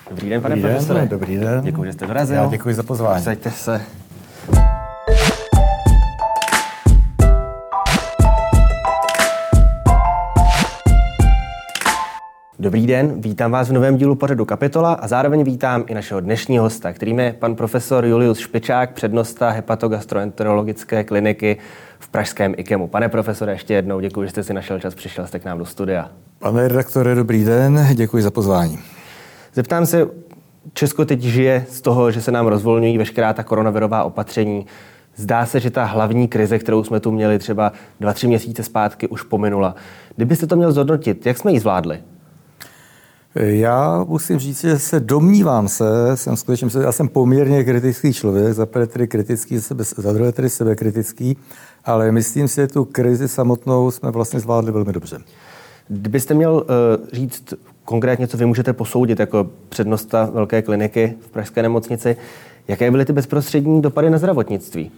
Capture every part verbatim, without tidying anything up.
Dobrý den, pane Dobrý profesore. Den, dobrý den. Děkuji, že jste dorazil. Já děkuji za pozvání. Posaďte se. Dobrý den, vítám vás v novém dílu pořadu Kapitola a zároveň vítám i našeho dnešního hosta, kterým je pan profesor Julius Špičák, přednosta hepatogastroenterologické kliniky v pražském IKEMu. Pane profesore, ještě jednou děkuji, že jste si našel čas, přišel jste k nám do studia. Pane redaktore, dobrý den, děkuji za pozvání. Zeptám se, Česko teď žije z toho, že se nám rozvolňují veškerá ta koronavirová opatření. Zdá se, že ta hlavní krize, kterou jsme tu měli třeba dva, tři měsíce zpátky, už pominula. Kdybyste to měl zhodnotit, jak jsme ji zvládli? Já musím říct, že se domnívám se, jsem skutečně, já jsem poměrně kritický člověk, za prvé tedy kritický, za druhé tedy sebekritický, ale myslím si, že tu krizi samotnou jsme vlastně zvládli velmi dobře. Kdybyste měl uh, říct konkrétně, co vy můžete posoudit jako přednosta velké kliniky v pražské nemocnici, jaké byly ty bezprostřední dopady na zdravotnictví?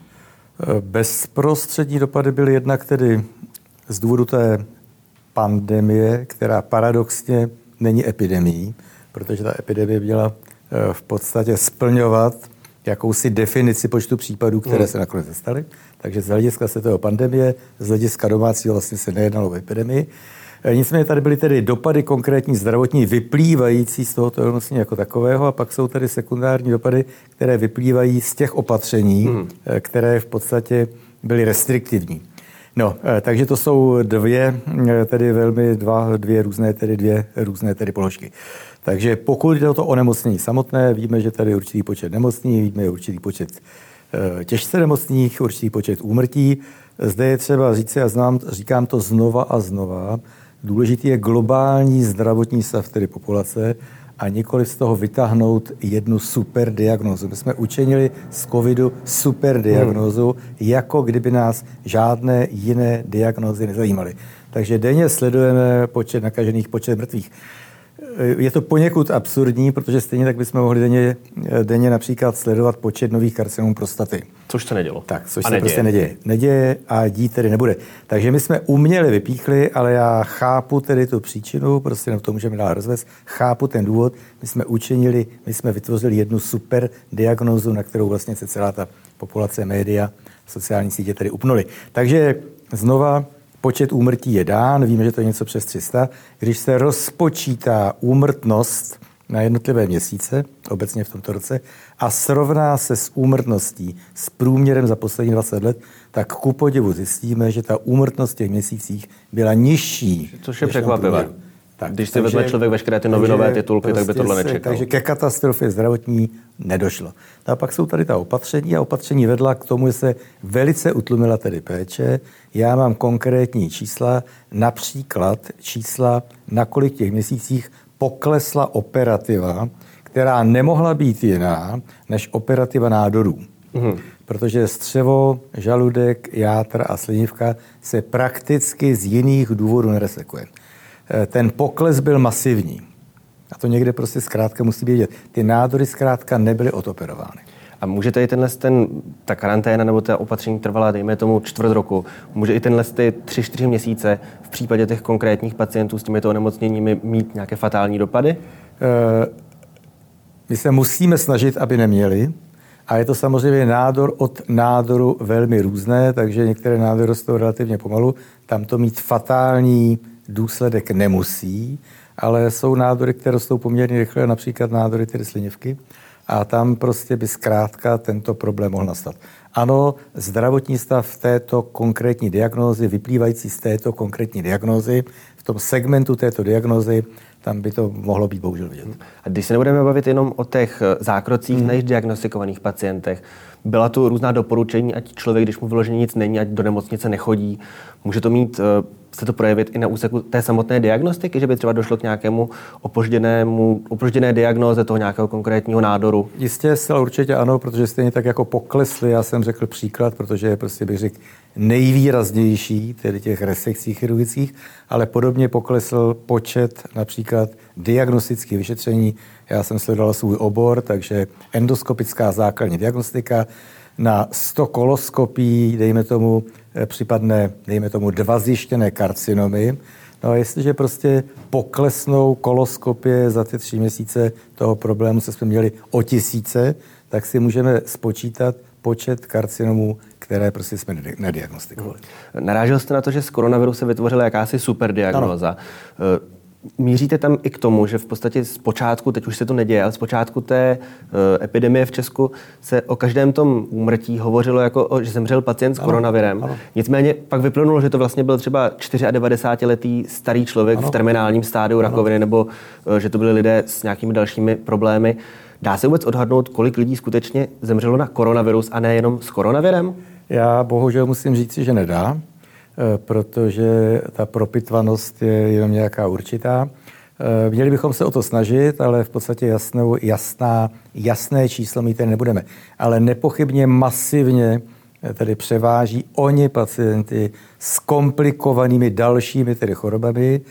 Bezprostřední dopady byly jednak tedy z důvodu té pandemie, která paradoxně není epidemií, protože ta epidemie měla v podstatě splňovat jakousi definici počtu případů, které se nakonec staly. Takže z hlediska světové pandemie, z hlediska domácího vlastně se nejednalo o epidemii. Nicméně tady byly tedy dopady konkrétní zdravotní vyplývající z tohoto onemocnění jako takového a pak jsou tady sekundární dopady, které vyplývají z těch opatření, hmm. které v podstatě byly restriktivní. No, takže to jsou dvě, tedy velmi dva, dvě různé, tedy dvě různé tedy položky. Takže pokud jde o to onemocnění samotné, víme, že tady je určitý počet nemocných, víme, je určitý počet těžce nemocných, určitý počet úmrtí. Zde je třeba říct, já znám, říkám to znova a znova, důležitý je globální zdravotní stav tedy populace a nikoli z toho vytáhnout jednu super diagnózu. My jsme učinili z covidu super diagnózu, hmm. jako kdyby nás žádné jiné diagnózy nezajímaly. Takže denně sledujeme počet nakažených, počet mrtvých. Je to poněkud absurdní, protože stejně tak bychom mohli denně, denně například sledovat počet nových karcinomů prostaty. Což se nedělo. Tak, což a se neděje. prostě neděje. Neděje a dít tedy nebude. Takže my jsme uměle vypíchli, ale já chápu tedy tu příčinu, prostě na to můžeme dál rozvést, chápu ten důvod. My jsme učinili, my jsme vytvořili jednu super diagnózu, na kterou vlastně se celá ta populace, média, sociální sítě tedy upnuli. Takže znova počet úmrtí je dán, víme, že to je něco přes tři sta. Když se rozpočítá úmrtnost na jednotlivé měsíce, obecně v tomto roce, a srovná se s úmrtností s průměrem za poslední dvacet let, tak ku podivu zjistíme, že ta úmrtnost v těch měsících byla nižší. Což je překvapivé. Tak, Když si vezme člověk veškeré ty novinové takže titulky, prostě tak by tohle nečekal. Takže ke katastrofě zdravotní nedošlo. A pak jsou tady ta opatření a opatření vedla k tomu, že se velice utlumila tedy péče. Já mám konkrétní čísla, například čísla, na kolik těch měsících poklesla operativa, která nemohla být jiná než operativa nádorů. Mm. Protože střevo, žaludek, játra a slinivka se prakticky z jiných důvodů neresekuje. Ten pokles byl masivní. A to někde prostě zkrátka musí vědět. Ty nádory zkrátka nebyly odoperovány. A může tady tenhle ten, ta karanténa nebo ta opatření trvala, dejme tomu čtvrt roku, může i tenhle ty tři, čtyři měsíce v případě těch konkrétních pacientů s těmito onemocněními mít nějaké fatální dopady? E, my se musíme snažit, aby neměli. A je to samozřejmě nádor od nádoru velmi různé, takže některé nádory rostou relativně pomalu. Tam to mít fatální důsledek nemusí, ale jsou nádory, které rostou poměrně rychle, například nádory tedy slinivky. A tam prostě by zkrátka tento problém mohl nastat. Ano, zdravotní stav této konkrétní diagnózy, vyplývající z této konkrétní diagnózy, v tom segmentu této diagnózy, tam by to mohlo být bohužel vidět. A když se nebudeme bavit jenom o těch zákrocích hmm. než diagnostikovaných pacientech, byla tu různá doporučení, ať člověk, když mu vyloženě nic není, ať do nemocnice nechodí, může to mít, se to projevit i na úseku té samotné diagnostiky, že by třeba došlo k nějakému opožděnému, opožděné diagnóze toho nějakého konkrétního nádoru? Jistě, zcela určitě ano, protože stejně tak jako poklesly, já jsem řekl příklad, protože je prostě bych řekl nejvýraznější, tedy těch resekcí chirurgických, ale podobně poklesl počet například diagnostických vyšetření. Já jsem sledoval svůj obor, takže endoskopická základní diagnostika na sto koloskopií, dejme tomu, připadne, dejme tomu, dva zjištěné karcinomy, No a jestliže prostě poklesnou koloskopie za ty tři měsíce toho problému, co jsme měli o tisíce, tak si můžeme spočítat počet karcinomů, které prostě jsme nediagnostikovali. Narážel jste na to, že z koronaviru se vytvořila jakási superdiagnóza. Míříte tam i k tomu, že v podstatě z počátku, teď už se to neděje, ale z počátku té uh, epidemie v Česku se o každém tom úmrtí hovořilo jako, o, že zemřel pacient s ano, koronavirem. Ano. Nicméně pak vyplynulo, že to vlastně byl třeba devadesátčtyřletý starý člověk ano. v terminálním stádiu rakoviny, ano. nebo uh, že to byli lidé s nějakými dalšími problémy. Dá se vůbec odhadnout, kolik lidí skutečně zemřelo na koronavirus a ne jenom s koronavirem? Já bohužel musím říci, že nedá, protože ta propitvanost je jenom nějaká určitá. Měli bychom se o to snažit, ale v podstatě jasnou, jasná, jasné číslo mít tady nebudeme. Ale nepochybně masivně tedy převáží oni pacienty s komplikovanými dalšími tedy chorobami.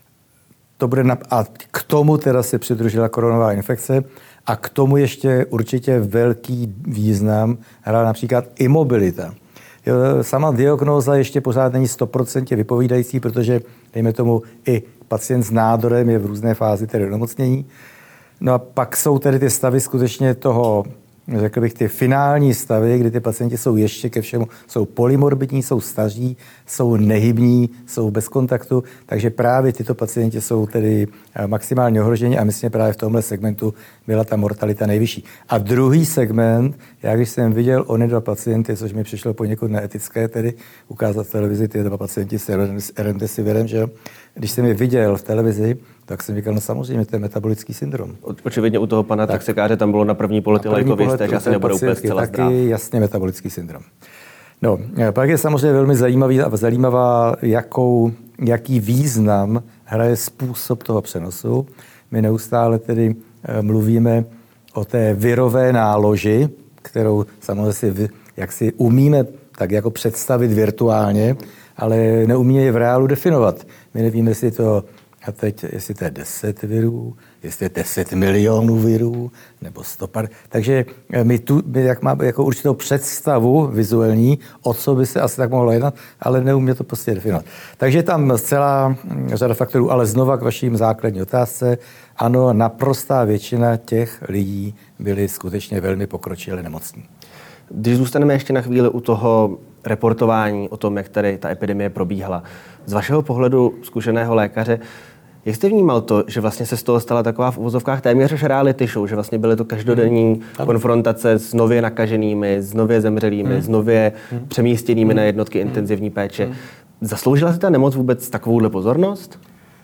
To bude na, a k tomu teda se přidružila koronová infekce a k tomu ještě určitě velký význam hrála například imobilita. Sama diagnóza ještě pořád není sto procent vypovídající, protože, dejme tomu, i pacient s nádorem je v různé fázi tedy onemocnění. No a pak jsou tedy ty stavy skutečně toho, řekl bych, ty finální stavy, kdy ty pacienti jsou ještě ke všemu, jsou polymorbidní, jsou staří, jsou nehybní, jsou bez kontaktu, takže právě tyto pacienti jsou tedy maximálně ohroženi a myslím, právě v tomhle segmentu byla ta mortalita nejvyšší. A druhý segment, já když jsem viděl ony dva pacienty, což mi přišlo poněkud neetické, tedy ukázat v televizi ty dva pacienti s remdesivirem, že jo, když jsem je viděl v televizi, tak jsem říkal, no samozřejmě, to je metabolický syndrom. Očividně u toho pana tak, taxikáře tam bylo na první pohled lékověsté, že asi nebude úplně zcela zdrav. Taky jasně metabolický syndrom. No, pak je samozřejmě velmi zajímavý a zajímavá, jakou, jaký význam hraje způsob toho přenosu. My neustále tedy mluvíme o té virové náloži, kterou samozřejmě si, jak si umíme tak jako představit virtuálně, ale neumíme je v reálu definovat. My nevíme, jestli to A teď, jestli to je deset virů, jestli je deset milionů virů, nebo sto par. Takže my tu, my jak máme jako určitou představu vizuální, o co by se asi tak mohlo jednat, ale neumíme to prostě definovat. Takže tam celá řada faktorů, ale znova k vaším základní otázce. Ano, naprostá většina těch lidí byli skutečně velmi pokročilé nemocní. Když zůstaneme ještě na chvíli u toho reportování o tom, jak tady ta epidemie probíhala. Z vašeho pohledu zkušeného lékaře, jak jste vnímal to, že vlastně se z toho stala taková v uvozovkách téměř reality show, že vlastně byly to každodenní hmm. konfrontace s nově nakaženými, s nově zemřelými, hmm. s nově hmm. přemístěnými hmm. na jednotky hmm. intenzivní péče. Hmm. Zasloužila si ta nemoc vůbec takovouhle pozornost?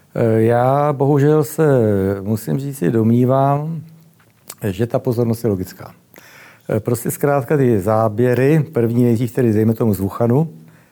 Já bohužel se, musím říct, si domnívám, že ta pozornost je logická. Prostě zkrátka ty záběry, první nejdřív tedy dejme tomu z Wuhanu,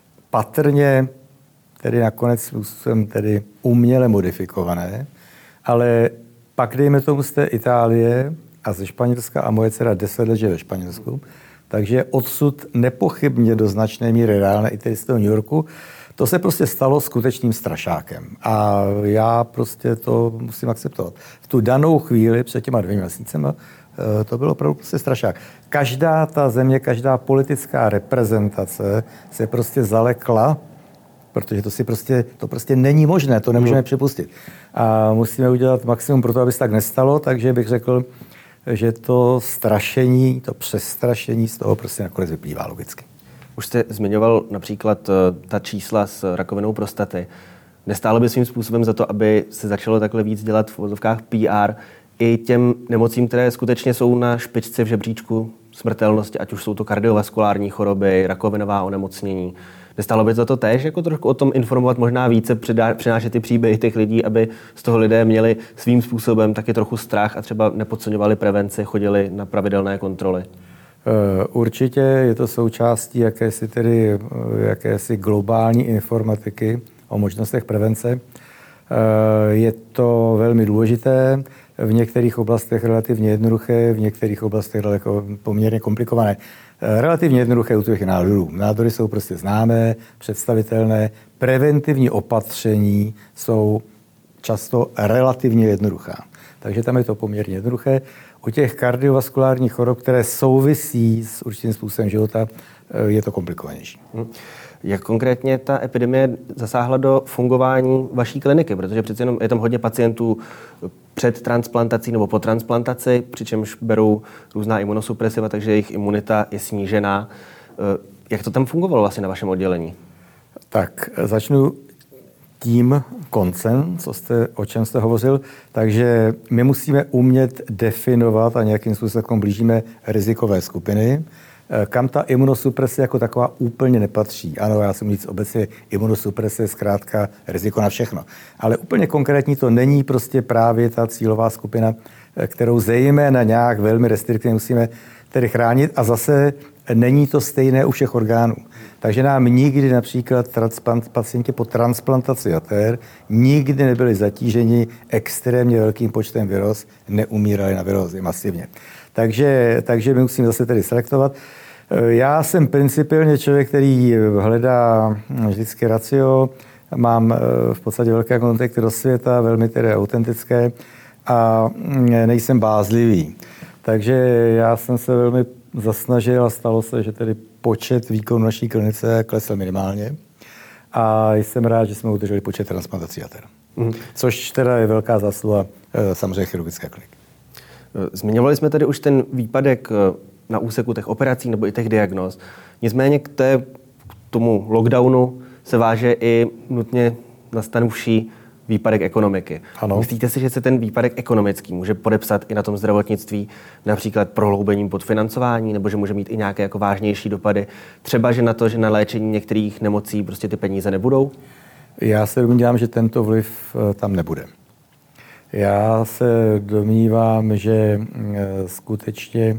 patrně tedy nakonec způsobem tedy uměle modifikované, ale pak dejme tomu z té Itálie a ze Španělska a moje dcera deset let žije ve Španělsku, takže odsud nepochybně do značné míry reálné i tedy z toho New Yorku, to se prostě stalo skutečným strašákem. A já prostě to musím akceptovat. V tu danou chvíli před těma dvěma měsícema to bylo opravdu prostě strašák. Každá ta země, každá politická reprezentace se prostě zalekla, protože to si prostě, to prostě není možné, to nemůžeme mm. připustit. A musíme udělat maximum pro to, aby se tak nestalo, takže bych řekl, že to strašení, to přestrašení z toho prostě nakonec vyplývá logicky. Už jste zmiňoval například ta čísla s rakovinou prostaty. Nestálo by svým způsobem za to, aby se začalo takhle víc dělat v uvozovkách P R i těm nemocím, které skutečně jsou na špičce v žebříčku smrtelnosti, ať už jsou to kardiovaskulární choroby, rakovinová onemocnění. Nestálo by za to též jako trošku o tom informovat možná více, přinášet ty příběhy těch lidí, aby z toho lidé měli svým způsobem taky trochu strach a třeba nepodceňovali prevenci, chodili na pravidelné kontroly? Určitě je to součástí jakési, tedy, jakési globální informatiky o možnostech prevence. Je to velmi důležité, v některých oblastech relativně jednoduché, v některých oblastech daleko poměrně komplikované. Relativně jednoduché u těch nádorů. Nádory jsou prostě známé, představitelné, preventivní opatření jsou často relativně jednoduchá. takže tam je to poměrně jednoduché. U těch kardiovaskulárních chorob, které souvisí s určitým způsobem života, je to komplikovanější. Hmm. Jak konkrétně ta epidemie zasáhla do fungování vaší kliniky? Protože přece jenom je tam hodně pacientů před transplantací nebo po transplantaci, přičemž berou různá imunosupresiva, takže jejich imunita je snížená. Jak to tam fungovalo vlastně na vašem oddělení? Tak začnu tím koncem, co jste, o čem jste hovořil. Takže my musíme umět definovat a nějakým způsobem blížíme rizikové skupiny, kam ta imunosuprese jako taková úplně nepatří. Ano, já jsem říct obecně, imunosuprese je zkrátka riziko na všechno. Ale úplně konkrétní to není prostě právě ta cílová skupina, kterou zejména nějak velmi restriktivně musíme tedy chránit a zase není to stejné u všech orgánů. Takže nám nikdy například pacienti po transplantaci jater nikdy nebyli zatíženi extrémně velkým počtem viróz, neumírali na virózy masivně. Takže, takže my musíme zase tedy selektovat. Já jsem principiálně člověk, který hledá vždycky ratio, mám v podstatě velké kontakty do světa, velmi tedy autentické a nejsem bázlivý. Takže já jsem se velmi zasnažil a stalo se, že tedy počet výkonů naší klinice klesl minimálně a jsem rád, že jsme udrželi počet transplantací jater. Mm. Což teda je velká zásluha samozřejmě chirurgické kliniky. Zmiňovali jsme tady už ten výpadek na úseku těch operací nebo i těch diagnóz. Nicméně k, té, k tomu lockdownu se váže i nutně nastanuvší výpadek ekonomiky. Ano. Myslíte si, že se ten výpadek ekonomický může podepsat i na tom zdravotnictví, například prohloubením podfinancování, nebo že může mít i nějaké jako vážnější dopady? Třeba, že na to, že na léčení některých nemocí prostě ty peníze nebudou? Já se domnívám, že tento vliv tam nebude. Já se domnívám, že skutečně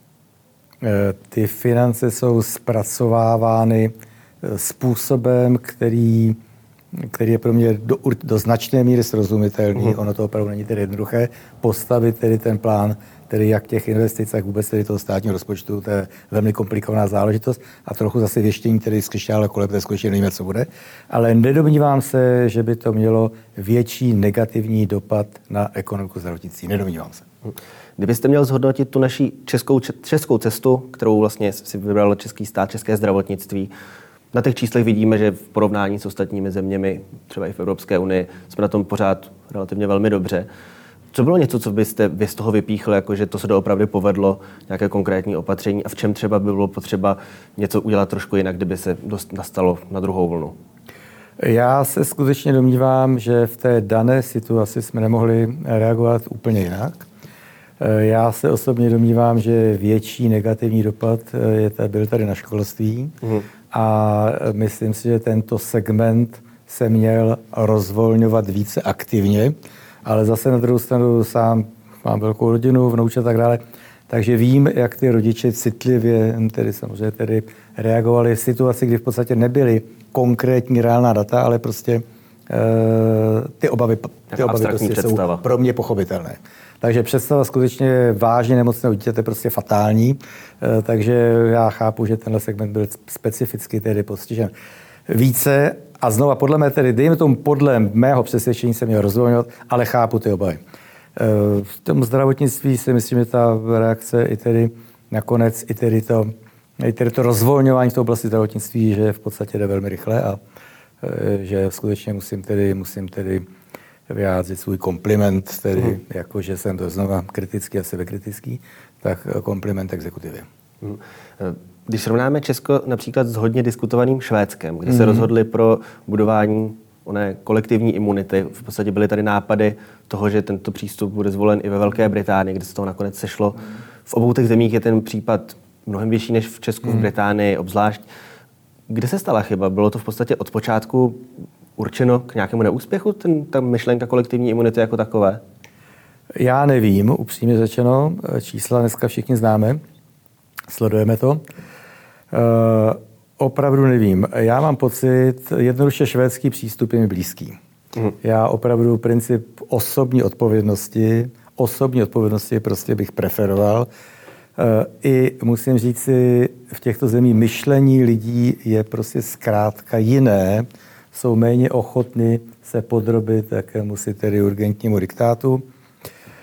ty finance jsou zpracovávány způsobem, který, který je pro mě do, do značné míry srozumitelný. Mm. Ono to opravdu není tedy jednoduché postavit tedy ten plán, tedy jak těch investic, tak vůbec tedy toho státního rozpočtu. To je velmi komplikovaná záležitost a trochu zase věštění tedy z křišťála kolem, protože skutečně nevíme, co bude. Ale nedomnívám se, že by to mělo větší negativní dopad na ekonomiku zdravotnictví. Nedomnívám se. Kdybyste měl zhodnotit tu naší českou, českou cestu, kterou vlastně si vybral český stát, české zdravotnictví, na těch číslech vidíme, že v porovnání s ostatními zeměmi, třeba i v Evropské unii, jsme na tom pořád relativně velmi dobře. Co bylo něco, co byste vy z toho vypíchli, jako že to se doopravdy povedlo, nějaké konkrétní opatření a v čem třeba by bylo potřeba něco udělat trošku jinak, kdyby se dost nastalo na druhou vlnu? Já se skutečně domnívám, že v té dané situaci jsme nemohli reagovat úplně jinak. Já se osobně domnívám, že větší negativní dopad je, byl tady na školství mm. a myslím si, že tento segment se měl rozvolňovat více aktivně, ale zase na druhou stranu sám mám velkou rodinu, vnouče a tak dále, takže vím, jak ty rodiče citlivě tedy samozřejmě tedy reagovali v situaci, kdy v podstatě nebyly konkrétní reálná data, ale prostě e, ty obavy, ty obavy prostě jsou pro mě pochopitelné. Takže představa skutečně vážně nemocného dítěte je prostě fatální, e, takže já chápu, že tenhle segment byl specificky tedy postižen více a znova podle mě tedy, dejme tomu podle mého přesvědčení se měl rozvolňovat, ale chápu ty obavy. E, v tom zdravotnictví si myslím, že ta reakce i tedy nakonec i tedy to, i tedy to rozvolňování v té oblasti zdravotnictví, že v podstatě jde velmi rychle a e, že skutečně musím tedy, musím tedy vyjádřit svůj kompliment, tedy mm. jako, že jsem to znova kritický a sebekritický, tak kompliment exekutivě. Mm. Když srovnáme Česko například s hodně diskutovaným Švédskem, kde mm. se rozhodli pro budování oné kolektivní imunity, v podstatě byly tady nápady toho, že tento přístup bude zvolen i ve Velké Británii, kde se toho nakonec sešlo. Mm. V obou těch zemích je ten případ mnohem větší než v Česku, mm. v Británii obzvlášť. Kde se stala chyba? Bylo to v podstatě od počátku určeno k nějakému neúspěchu, ten, ta myšlenka kolektivní imunity jako takové? Já nevím, upřímně řečeno. Čísla dneska všichni známe, sledujeme to. E, opravdu nevím. Já mám pocit, jednoduše švédský přístup je mi blízký. Mm. Já opravdu princip osobní odpovědnosti, osobní odpovědnosti prostě bych preferoval. E, I musím říct si, v těchto zemích myšlení lidí je prostě zkrátka jiné, jsou méně ochotní se podrobit jakému si tedy urgentnímu diktátu.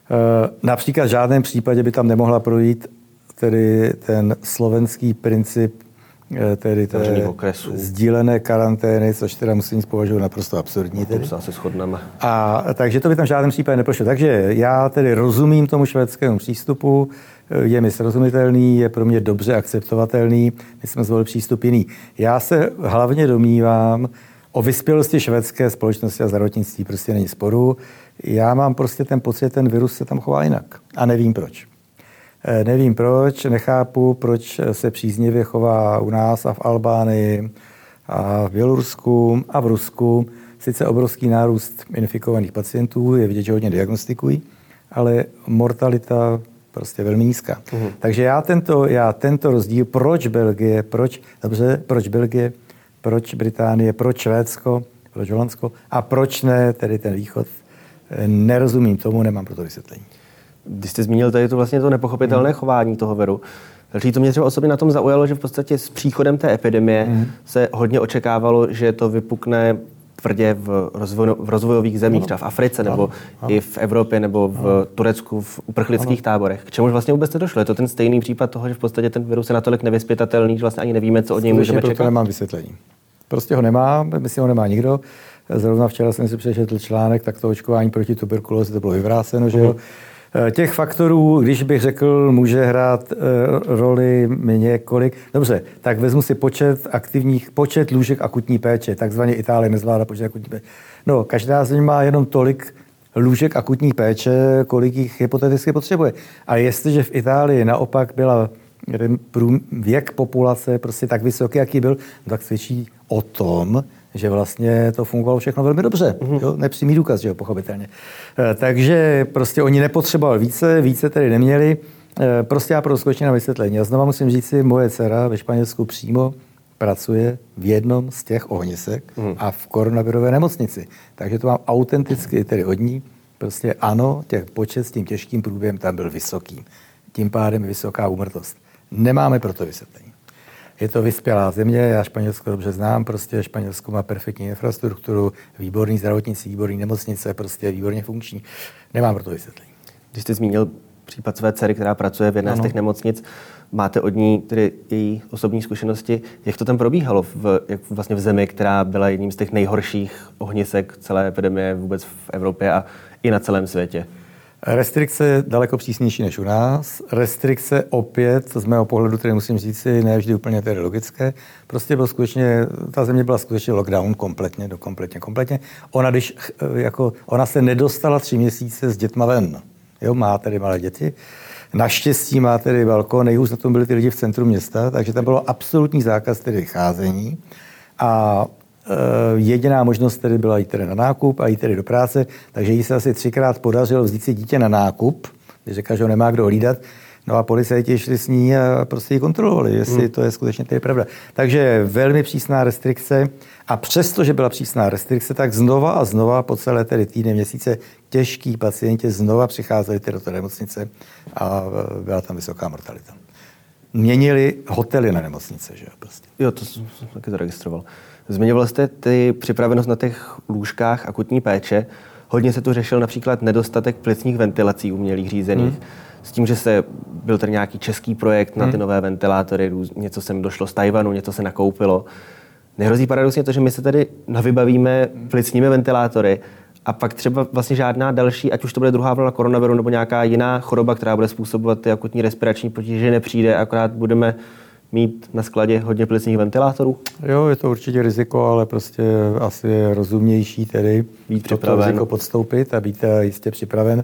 Například v žádném případě by tam nemohla projít tedy ten slovenský princip tedy té sdílené karantény, což teda musím považovat naprosto absurdní. Tedy. Se asi shodneme. A takže to by tam v žádném případě neprošlo. Takže já tedy rozumím tomu švédskému přístupu, je mi srozumitelný, je pro mě dobře akceptovatelný, my jsme zvolili přístup jiný. Já se hlavně domnívám, o vyspělosti švédské společnosti a zdravotnictví prostě není sporu. Já mám prostě ten pocit, že ten virus se tam chová jinak. A nevím proč. Nevím proč, nechápu, proč se příznivě chová u nás a v Albánii a v Bělorusku a v Rusku. Sice obrovský nárůst infikovaných pacientů, je vidět, že hodně diagnostikují, ale mortalita prostě velmi nízká. Uhum. Takže já tento, já tento rozdíl, proč Belgie, proč, dobře, proč Belgie, proč Británie, proč Švédsko, proč Holandsko a proč ne tedy ten východ, nerozumím tomu, nemám pro to vysvětlení. Když jste zmínil tady to vlastně to nepochopitelné hmm. chování toho viru, takže to mě třeba osobně na tom zaujalo, že v podstatě s příchodem té epidemie hmm. se hodně očekávalo, že to vypukne tvrdě v, rozvoj, v rozvojových zemích, no. třeba v Africe, nebo ano, ano. i v Evropě, nebo v ano. Turecku, v uprchlických ano. táborech. K čemuž vlastně vůbec nedošlo. Je to ten stejný případ toho, že v podstatě ten virus je natolik nevyzpytatelný, že vlastně ani nevíme, co od něj můžeme čekat. Proto nemám vysvětlení. Prostě ho nemá, myslím, ho nemá nikdo. Zrovna včera jsem si přečetl článek, tak to očkování proti tuberkulóze to bylo vyvráceno, že jo. Těch faktorů, když bych řekl, může hrát e, roli několik. Dobře, tak vezmu si počet aktivních, počet lůžek akutní péče, takzvaně Itálie nezvládá počet akutní péče. No, každá země má jenom tolik lůžek akutní péče, kolik jich hypoteticky potřebuje. A jestliže v Itálii naopak byla věk populace prostě tak vysoký, jaký byl, tak svědčí o tom, že vlastně to fungovalo všechno velmi dobře. Mm-hmm. Jo? Nepřímý důkaz, že jo, pochopitelně. E, takže prostě oni nepotřebovali více, více tedy neměli. E, prostě já pro skočně na vysvětlení. A znova musím říct si, moje dcera ve Španělsku přímo pracuje v jednom z těch ohnisek mm. a v koronavirové nemocnici. Takže to mám autenticky tedy od ní. Prostě ano, těch počet s tím těžkým průběhem tam byl vysoký. Tím pádem je vysoká úmrtnost. Nemáme proto vysvětlení. Je to vyspělá země, já Španělsko dobře znám, prostě Španělsko má perfektní infrastrukturu, výborný zdravotnictví, výborný nemocnice, prostě výborně funkční. Nemám proto vysvětlení. Když jste zmínil případ své dcery, která pracuje v jedné ano. z těch nemocnic, máte od ní tedy její osobní zkušenosti. Jak to tam probíhalo v, jak vlastně v zemi, která byla jedním z těch nejhorších ohnisek celé epidemie vůbec v Evropě a i na celém světě? Restrikce daleko přísnější než u nás. Restrikce opět, z mého pohledu, tedy musím říct si, ne vždy úplně tedy logické. Prostě byl skutečně, ta země byla skutečně lockdown kompletně, do kompletně, kompletně. Ona, když, jako, ona se nedostala tři měsíce s dětma ven. Jo, má tedy malé děti. Naštěstí má tedy balkon, nejhůř na tom byli ty lidi v centru města, takže tam bylo absolutní zákaz tedy vycházení. A jediná možnost tedy byla jít tedy na nákup a jít tedy do práce, takže jí se asi třikrát podařilo vzít si dítě na nákup, když řekla, že ho nemá kdo hlídat, no a policajti šli s ní a prostě ji kontrolovali, jestli hmm. to je skutečně tedy pravda. Takže velmi přísná restrikce a přesto, že byla přísná restrikce, tak znova a znova po celé tedy týdny, měsíce těžký pacienti znova přicházeli tedy do té nemocnice a byla tam vysoká mortalita. Měnili hotely na nemocnice, že jo, prostě. Jo, to jsem taky zaregistroval. Zmiňoval jste ty připravenost na těch lůžkách akutní péče. Hodně se tu řešil například nedostatek plicních ventilací umělých řízených. Hmm. S tím, že se byl tady nějaký český projekt na ty hmm. nové ventilátory, něco sem došlo z Tajvanu, něco se nakoupilo. Nehrozí paradoxně to, že my se tady navybavíme plicními ventilátory a pak třeba vlastně žádná další, ať už to bude druhá vlna koronaviru nebo nějaká jiná choroba, která bude způsobovat ty akutní respirační potíže, nepřijde, akorát budeme mít na skladě hodně plicních ventilátorů? Jo, je to určitě riziko, ale prostě asi je rozumnější tedy být připraven, riziko podstoupit a být jistě připraven,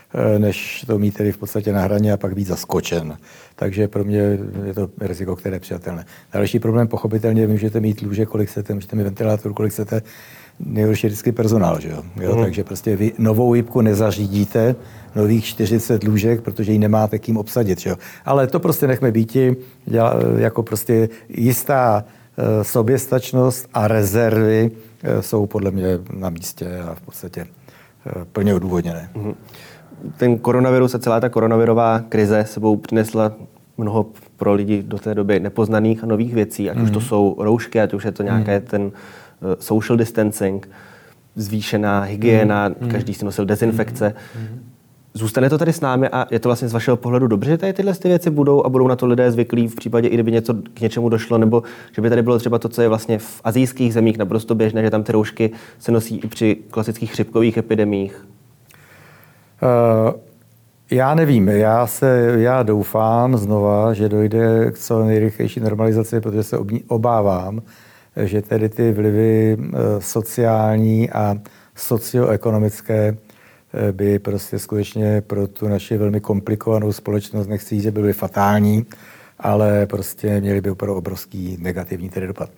než to mít tedy v podstatě na hraně a pak být zaskočen. Takže pro mě je to riziko, které je přijatelné. Další problém pochopitelně, vy můžete mít lůžek, kolik chcete, můžete mít ventilátor, kolik chcete, nejhorší je vždycky personál, že jo? jo mm. Takže prostě vy novou hybku nezařídíte, nových čtyřicet lůžek, protože ji nemáte kým obsadit, že jo? Ale to prostě nechme býti, jako prostě jistá soběstačnost a rezervy jsou podle mě na místě a v podstatě plně odůvodněné. Mm. Ten koronavirus a celá ta koronavirová krize sebou přinesla mnoho pro lidi do té doby nepoznaných a nových věcí, ať mm. už to jsou roušky, ať už je to nějaké mm. ten social distancing, zvýšená hygiena, mm. každý si nosil dezinfekce. Mm. Zůstane to tady s námi a je to vlastně z vašeho pohledu dobře, že tady tyhle ty věci budou a budou na to lidé zvyklí v případě, i kdyby něco k něčemu došlo, nebo že by tady bylo třeba to, co je vlastně v asijských zemích naprosto běžné, že tam ty roušky se nosí i při klasických chřipkových epidemiích? Uh, já nevím, já, se, já doufám znova, že dojde k co nejrychlejší normalizaci, protože se obávám, že tedy ty vlivy sociální a socioekonomické by prostě skutečně pro tu naši velmi komplikovanou společnost, nechci říct, že by byly fatální, ale prostě měly by opravdu obrovský negativní tedy dopad.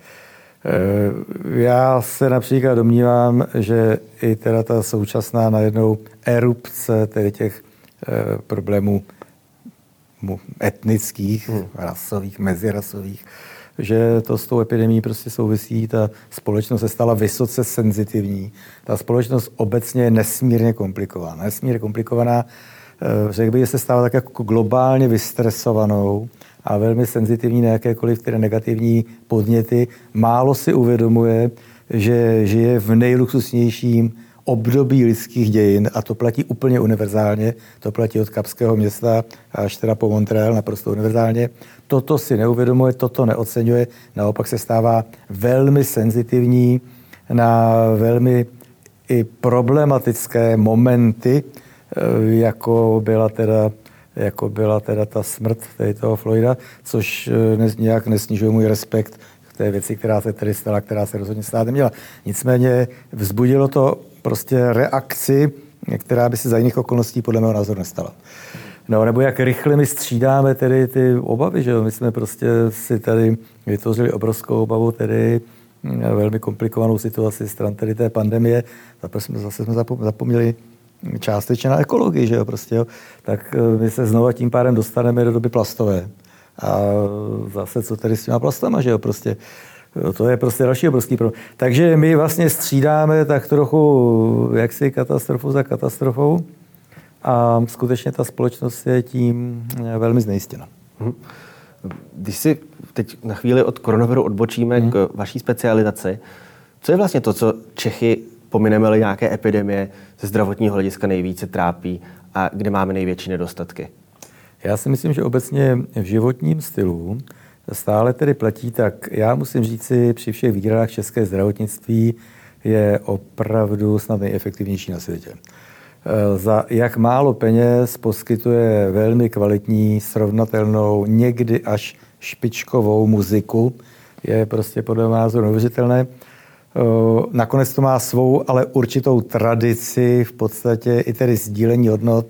Já se například domnívám, že i teda ta současná najednou erupce tedy těch problémů etnických, hmm. rasových, mezirasových, že to s tou epidemií prostě souvisí. Ta společnost se stala vysoce senzitivní. Ta společnost obecně je nesmírně komplikovaná. Nesmírně komplikovaná, řekl bych, že se stává tak jako globálně vystresovanou a velmi senzitivní na jakékoliv které negativní podněty. Málo si uvědomuje, že žije v nejluxusnějším období lidských dějin a to platí úplně univerzálně. To platí od Kapského města až teda po Montreal naprosto univerzálně. Toto si neuvědomuje, toto neoceňuje, naopak se stává velmi senzitivní na velmi i problematické momenty, jako byla teda, jako byla teda ta smrt toho Floyda, což nějak nesnižuje můj respekt k té věci, která se tady stala, která se rozhodně stát neměla. Nicméně vzbudilo to prostě reakci, která by se za jiných okolností podle mého názoru nestala. No, nebo jak rychle my střídáme tedy ty obavy, že jo? My jsme prostě si tady vytvořili obrovskou obavu, tedy velmi komplikovanou situaci stran tedy té pandemie. Zase jsme zapomněli částečně na ekologii, že jo? Prostě, jo? Tak my se znova tím pádem dostaneme do doby plastové. A zase co tedy s těma plastama, že jo? Prostě to je prostě další obrovský problém. Takže my vlastně střídáme tak trochu jaksi katastrofu za katastrofou a skutečně ta společnost je tím velmi znejistěna. Když si teď na chvíli od koronaviru odbočíme hmm. k vaší specializaci, co je vlastně to, co Čechy, pomineme-li nějaké epidemie, ze zdravotního hlediska nejvíce trápí a kde máme největší nedostatky? Já si myslím, že obecně v životním stylu stále tedy platí, tak já musím říci, při všech výhradách české zdravotnictví je opravdu snad nejefektivnější na světě. Za jak málo peněz poskytuje velmi kvalitní, srovnatelnou, někdy až špičkovou muziku, je prostě podle mého názoru neuvěřitelné. Nakonec to má svou, ale určitou tradici, v podstatě i tedy sdílení hodnot,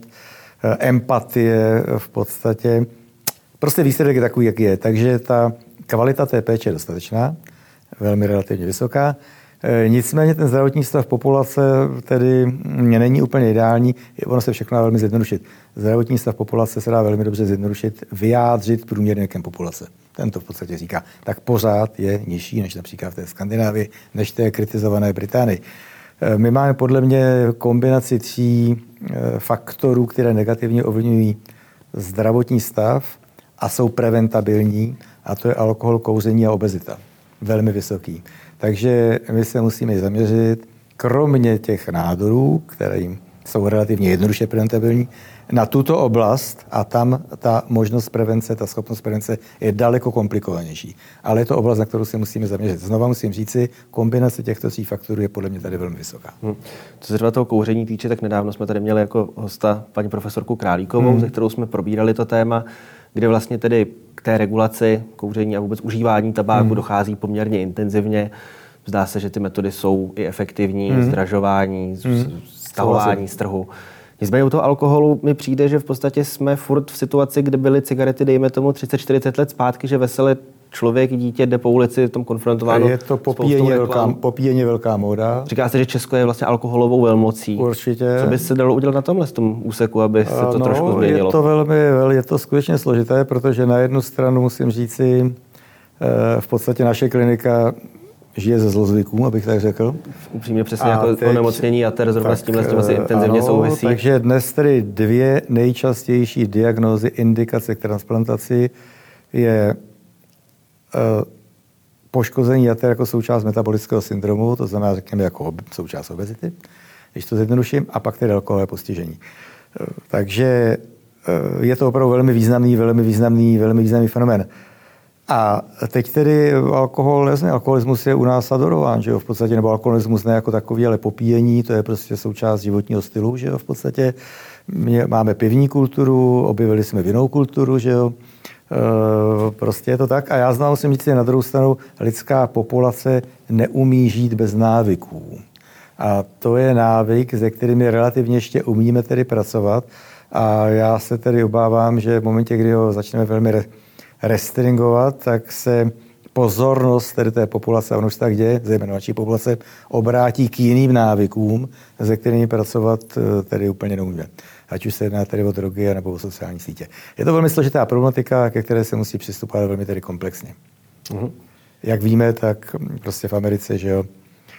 empatie v podstatě. Prostě výsledek je takový, jak je. Takže ta kvalita té péče je dostatečná, velmi relativně vysoká. Nicméně ten zdravotní stav populace tedy není úplně ideální. Ono se všechno dá velmi zjednodušit. Zdravotní stav populace se dá velmi dobře zjednodušit, vyjádřit průměrně věkem populace. Ten to v podstatě říká. Tak pořád je nižší než například v té Skandinávii, než té kritizované Británii. My máme podle mě kombinaci tří faktorů, které negativně ovlivňují zdravotní stav a jsou preventabilní, a to je alkohol, kouření a obezita. Velmi vysoký. Takže my se musíme zaměřit, kromě těch nádorů, které jim jsou relativně jednoduše preventabilní, na tuto oblast a tam ta možnost prevence, ta schopnost prevence je daleko komplikovanější. Ale je to oblast, na kterou se musíme zaměřit. Znova musím říci, kombinace těchto tří faktorů je podle mě tady velmi vysoká. Hmm. Co se třeba toho kouření týče, tak nedávno jsme tady měli jako hosta paní profesorku Králíkovou, hmm. se kterou jsme probírali to téma, kde vlastně tedy k té regulaci kouření a vůbec užívání tabáku hmm. dochází poměrně intenzivně. Zdá se, že ty metody jsou i efektivní, hmm. zdražování, hmm. stahování z trhu. Nicméně u toho alkoholu mi přijde, že v podstatě jsme furt v situaci, kde byly cigarety, dejme tomu třicet čtyřicet let zpátky, že veselé člověk, dítě jde po ulici, tom konfrontováno. Je to popíjeně velká, popíjeně velká móda. Říká se, že Česko je vlastně alkoholovou velmocí. Určitě. Co by se dalo udělat na tomhle tom úseku, aby se to no, trošku změnilo? Je to velmi, je to skutečně složité, protože na jednu stranu musím říci, v podstatě naše klinika žije ze zlozvyků, abych tak řekl. Upřímně přesně a jako teď, onemocnění jater zrovna s tímhle s tím asi intenzivně ano, souvisí. Takže dnes tedy dvě nejčastější diagnózy, indikace k transplantaci je uh, poškození jater jako součást metabolického syndromu, to znamená, řekněme, jako součást obezity, když to zjednoduším, a pak tedy alkoholové postižení. Takže je to opravdu velmi významný, velmi významný, velmi významný fenomén. A teď tedy alkohol, jasně, alkoholismus je u nás adorován, že jo, v podstatě, nebo alkoholismus ne jako takový, ale popíjení, to je prostě součást životního stylu, že jo, v podstatě. My máme pivní kulturu, objevili jsme vinnou kulturu, že jo, e, prostě je to tak. A já znám, musím říct, na druhou stranu, lidská populace neumí žít bez návyků. A to je návyk, se kterými relativně ještě umíme tedy pracovat. A já se tedy obávám, že v momentě, kdy ho začneme velmi re- restringovat, tak se pozornost tedy té populace, a ono už tak děje, zejména naší populace, obrátí k jiným návykům, se kterými pracovat tedy úplně neumíme. Ať už se jedná tedy o drogy nebo o sociální sítě. Je to velmi složitá problematika, ke které se musí přistupovat velmi tedy komplexně. Mm-hmm. Jak víme, tak prostě v Americe, že jo,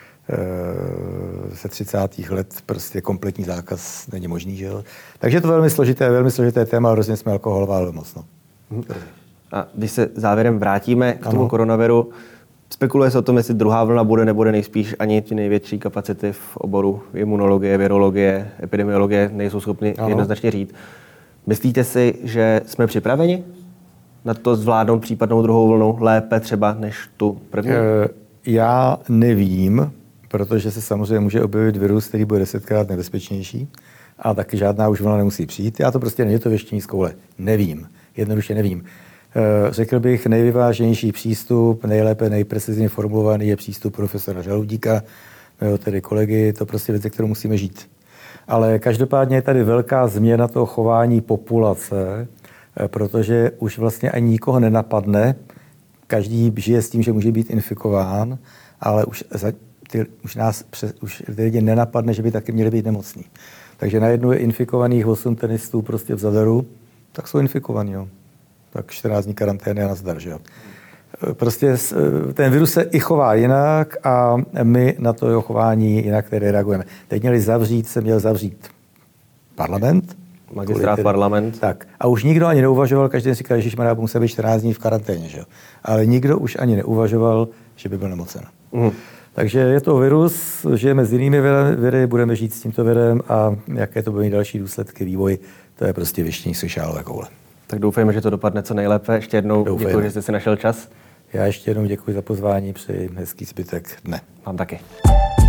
se třicátých let prostě kompletní zákaz není možný, že jo. Takže je to velmi složité, velmi složité téma, ale hrozně jsme alkoholovali moc. No. Mm-hmm. A když se závěrem vrátíme k tomu ano. koronaviru, spekuluje se o tom, jestli druhá vlna bude, nebude, nejspíš ani ty největší kapacity v oboru imunologie, virologie, epidemiologie nejsou schopny ano. jednoznačně říct. Myslíte si, že jsme připraveni na to zvládnout případnou druhou vlnu lépe třeba než tu první? E, já nevím, protože se samozřejmě může objevit virus, který bude desetkrát nebezpečnější a taky žádná už vlna nemusí přijít. Já to prostě není to věštění z koule. Nevím. Jednoduše nevím. Řekl bych, nejvyváženější přístup, nejlépe, nejprecizně formulovaný je přístup profesora Žaludíka, mého tedy kolegy, to prostě věc, kterou musíme žít. Ale každopádně je tady velká změna toho chování populace, protože už vlastně ani nikoho nenapadne, každý žije s tím, že může být infikován, ale už, za, ty, už nás přes, už lidi nenapadne, že by taky měli být nemocní. Takže najednou je infikovaných osm tenistů prostě v Zadaru, tak jsou infikovaní, jo. Tak čtrnáct dní karantény a nazdar, že jo. Prostě ten virus se i chová jinak a my na to jeho chování jinak tedy reagujeme. Teď měli zavřít, se měl zavřít parlament. Magistrát parlament. Tak. A už nikdo ani neuvažoval, každý si říkal, že musí musel být čtrnáct dní v karanténě, že jo. Ale nikdo už ani neuvažoval, že by byl nemocen. Mm. Takže je to virus, žijeme s jinými viry, budeme žít s tímto virem a jaké to budou další důsledky, vývoj, to je prostě věštění se šálové koule. Tak doufejme, že to dopadne co nejlépe. Ještě jednou doufejme. Děkuji, že jste si našel čas. Já ještě jednou děkuji za pozvání, přeji hezký zbytek dne. Vám taky.